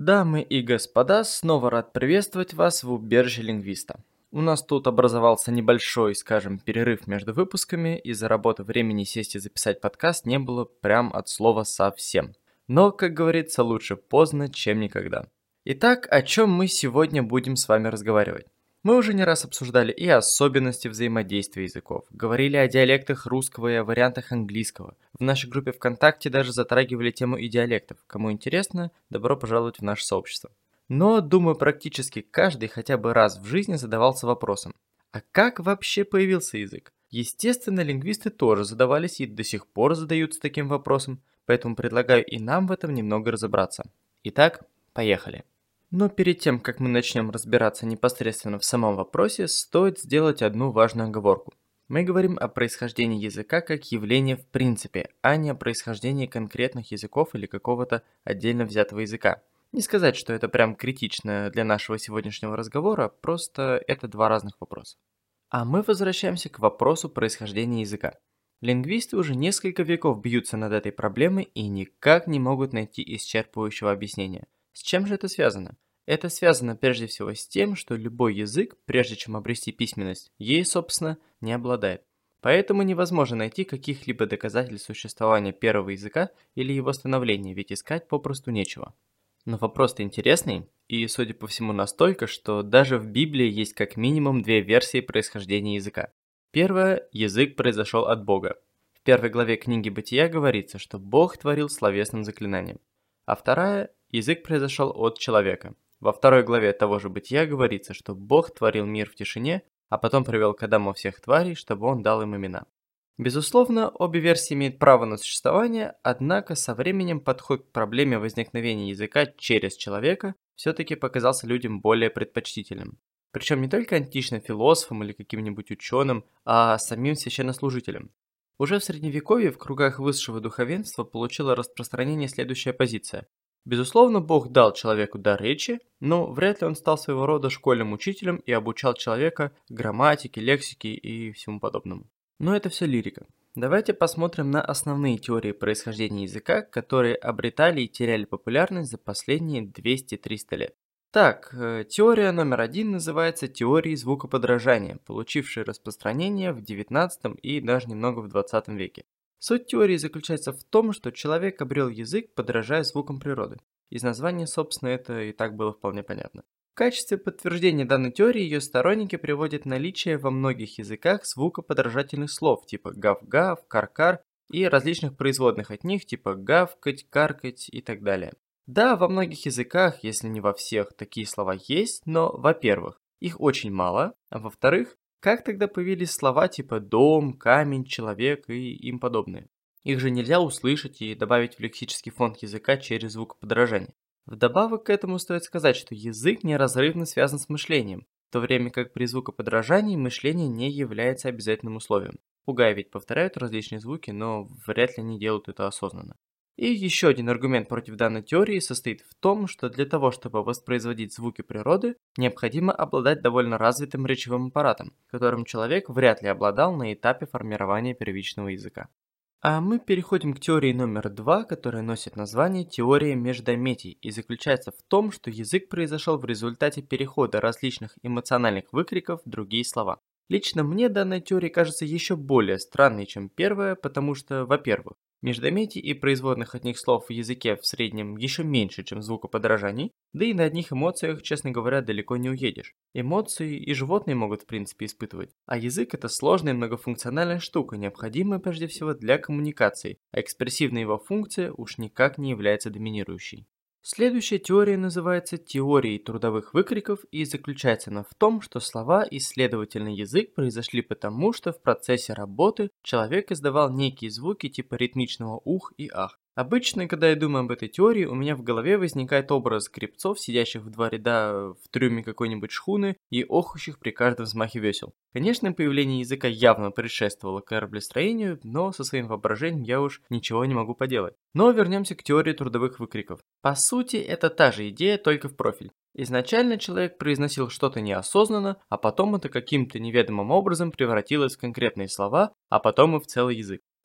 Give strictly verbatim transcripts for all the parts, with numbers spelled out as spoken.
Дамы и господа, снова рад приветствовать вас в убежище лингвиста. У нас тут образовался небольшой, скажем, перерыв между выпусками, из-за работы времени сесть и записать подкаст не было прям от слова совсем. Но, как говорится, лучше поздно, чем никогда. Итак, о чем мы сегодня будем с вами разговаривать? Мы уже не раз обсуждали и особенности взаимодействия языков, говорили о диалектах русского и о вариантах английского. В нашей группе ВКонтакте даже затрагивали тему и диалектов. Кому интересно, добро пожаловать в наше сообщество. Но, думаю, практически каждый хотя бы раз в жизни задавался вопросом: а как вообще появился язык? Естественно, лингвисты тоже задавались и до сих пор задаются таким вопросом, поэтому предлагаю и нам в этом немного разобраться. Итак, поехали. Но перед тем, как мы начнем разбираться непосредственно в самом вопросе, стоит сделать одну важную оговорку. Мы говорим о происхождении языка как явление в принципе, а не о происхождении конкретных языков или какого-то отдельно взятого языка. Не сказать, что это прям критично для нашего сегодняшнего разговора, просто это два разных вопроса. А мы возвращаемся к вопросу происхождения языка. Лингвисты уже несколько веков бьются над этой проблемой и никак не могут найти исчерпывающего объяснения. С чем же это связано? Это связано прежде всего с тем, что любой язык, прежде чем обрести письменность, ей, собственно, не обладает. Поэтому невозможно найти каких-либо доказательств существования первого языка или его становления, ведь искать попросту нечего. Но вопрос-то интересный, и, судя по всему, настолько, что даже в Библии есть как минимум две версии происхождения языка. Первая – язык произошел от Бога. В первой главе книги Бытия говорится, что Бог творил словесным заклинанием. А вторая – язык произошел от человека. Во второй главе того же Бытия говорится, что Бог творил мир в тишине, а потом привел к Адаму всех тварей, чтобы он дал им имена. Безусловно, обе версии имеют право на существование, однако со временем подход к проблеме возникновения языка через человека все-таки показался людям более предпочтительным. Причем не только античным философам или каким-нибудь ученым, а самим священнослужителям. Уже в Средневековье в кругах высшего духовенства получила распространение следующая позиция. Безусловно, Бог дал человеку дар речи, но вряд ли он стал своего рода школьным учителем и обучал человека грамматике, лексике и всему подобному. Но это все лирика. Давайте посмотрим на основные теории происхождения языка, которые обретали и теряли популярность за последние двести-триста лет. Так, теория номер один называется теорией звукоподражания, получившей распространение в девятнадцатом и даже немного в двадцатом веке. Суть теории заключается в том, что человек обрел язык, подражая звукам природы. Из названия, собственно, это и так было вполне понятно. В качестве подтверждения данной теории ее сторонники приводят наличие во многих языках звукоподражательных слов типа гав-гав, кар-кар и различных производных от них типа гавкать, каркать и так далее. Да, во многих языках, если не во всех, такие слова есть, но, во-первых, их очень мало, а во-вторых, как тогда появились слова типа дом, камень, человек и им подобные? Их же нельзя услышать и добавить в лексический фонд языка через звукоподражание. Вдобавок к этому стоит сказать, что язык неразрывно связан с мышлением, в то время как при звукоподражании мышление не является обязательным условием. Пугаи ведь повторяют различные звуки, но вряд ли они делают это осознанно. И еще один аргумент против данной теории состоит в том, что для того, чтобы воспроизводить звуки природы, необходимо обладать довольно развитым речевым аппаратом, которым человек вряд ли обладал на этапе формирования первичного языка. А мы переходим к теории номер два, которая носит название теория междометий и заключается в том, что язык произошел в результате перехода различных эмоциональных выкриков в другие слова. Лично мне данная теория кажется еще более странной, чем первая, потому что, во-первых, междометий и производных от них слов в языке в среднем еще меньше, чем звукоподражаний, да и на одних эмоциях, честно говоря, далеко не уедешь. Эмоции и животные могут в принципе испытывать, а язык это сложная и многофункциональная штука, необходимая прежде всего для коммуникации, а экспрессивная его функция уж никак не является доминирующей. Следующая теория называется теорией трудовых выкриков и заключается она в том, что слова и, следовательно, язык произошли потому, что в процессе работы человек издавал некие звуки типа ритмичного ух и ах. Обычно, когда я думаю об этой теории, у меня в голове возникает образ гребцов, сидящих в два ряда в трюме какой-нибудь шхуны и охающих при каждом взмахе весел. Конечно, появление языка явно предшествовало кораблестроению, но со своим воображением я уж ничего не могу поделать. Но вернемся к теории трудовых выкриков. По сути, это та же идея, только в профиль. Изначально человек произносил что-то неосознанно, а потом это каким-то неведомым образом превратилось в конкретные слова, а потом и в целый язык.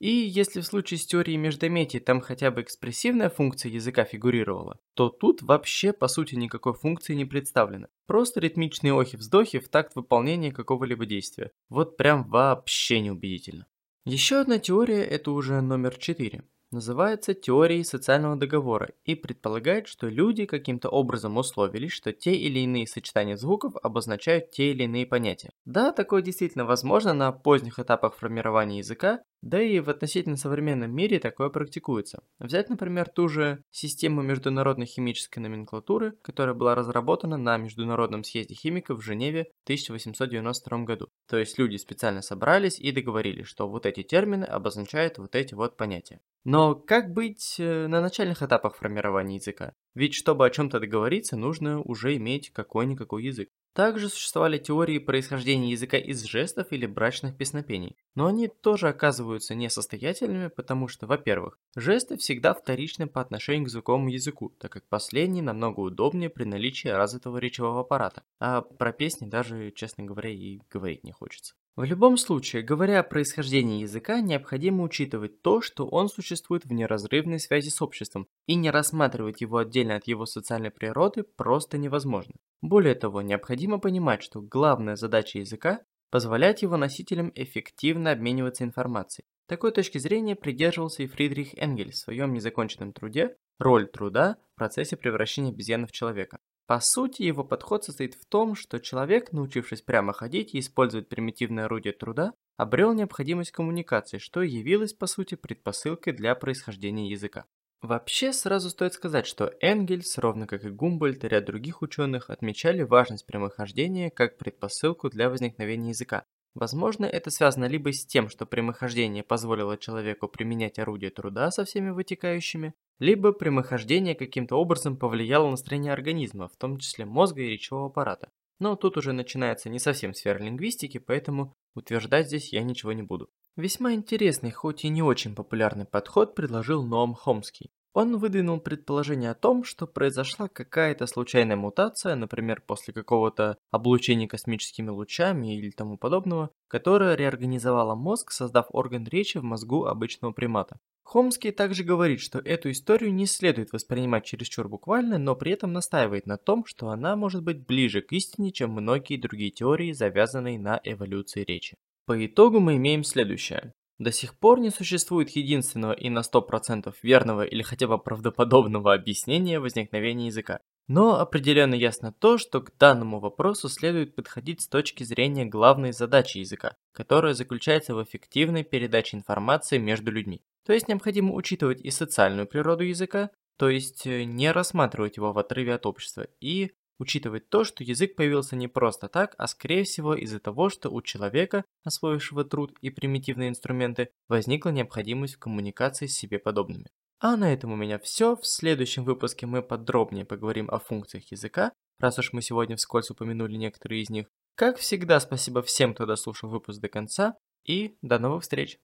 И если в случае с теорией междометий там хотя бы экспрессивная функция языка фигурировала, то тут вообще по сути никакой функции не представлено. Просто ритмичные охи-вздохи в такт выполнения какого-либо действия. Вот прям вообще неубедительно. Еще одна теория, это уже номер четыре. Называется теорией социального договора и предполагает, что люди каким-то образом условились, что те или иные сочетания звуков обозначают те или иные понятия. Да, такое действительно возможно на поздних этапах формирования языка, да и в относительно современном мире такое практикуется. Взять, например, ту же систему международной химической номенклатуры, которая была разработана на Международном съезде химиков в Женеве в тысяча восемьсот девяносто втором году. То есть люди специально собрались и договорились, что вот эти термины обозначают вот эти вот понятия. Но как быть э, на начальных этапах формирования языка? Ведь чтобы о чем-то договориться, нужно уже иметь какой-никакой язык. Также существовали теории происхождения языка из жестов или брачных песнопений, но они тоже оказываются несостоятельными, потому что, во-первых, жесты всегда вторичны по отношению к звуковому языку, так как последний намного удобнее при наличии развитого речевого аппарата, а про песни даже, честно говоря, и говорить не хочется. В любом случае, говоря о происхождении языка, необходимо учитывать то, что он существует в неразрывной связи с обществом, и не рассматривать его отдельно от его социальной природы просто невозможно. Более того, необходимо понимать, что главная задача языка – позволять его носителям эффективно обмениваться информацией. Такой точки зрения придерживался и Фридрих Энгельс в своем незаконченном труде «Роль труда в процессе превращения обезьяны в человека». По сути, его подход состоит в том, что человек, научившись прямо ходить и использовать примитивное орудие труда, обрел необходимость коммуникации, что и явилось, по сути, предпосылкой для происхождения языка. Вообще, сразу стоит сказать, что Энгельс, ровно как и Гумбольдт и ряд других ученых, отмечали важность прямохождения как предпосылку для возникновения языка. Возможно, это связано либо с тем, что прямохождение позволило человеку применять орудие труда со всеми вытекающими, либо прямохождение каким-то образом повлияло на строение организма, в том числе мозга и речевого аппарата. Но тут уже начинается не совсем сфера лингвистики, поэтому утверждать здесь я ничего не буду. Весьма интересный, хоть и не очень популярный подход предложил Ноам Хомский. Он выдвинул предположение о том, что произошла какая-то случайная мутация, например, после какого-то облучения космическими лучами или тому подобного, которая реорганизовала мозг, создав орган речи в мозгу обычного примата. Хомский также говорит, что эту историю не следует воспринимать чересчур буквально, но при этом настаивает на том, что она может быть ближе к истине, чем многие другие теории, завязанные на эволюции речи. По итогу мы имеем следующее. До сих пор не существует единственного и на сто процентов верного или хотя бы правдоподобного объяснения возникновения языка. Но определенно ясно то, что к данному вопросу следует подходить с точки зрения главной задачи языка, которая заключается в эффективной передаче информации между людьми. То есть необходимо учитывать и социальную природу языка, то есть не рассматривать его в отрыве от общества, и учитывать то, что язык появился не просто так, а скорее всего из-за того, что у человека, освоившего труд и примитивные инструменты, возникла необходимость в коммуникации с себе подобными. А на этом у меня все. В следующем выпуске мы подробнее поговорим о функциях языка, раз уж мы сегодня вскользь упомянули некоторые из них. Как всегда, спасибо всем, кто дослушал выпуск до конца, и до новых встреч!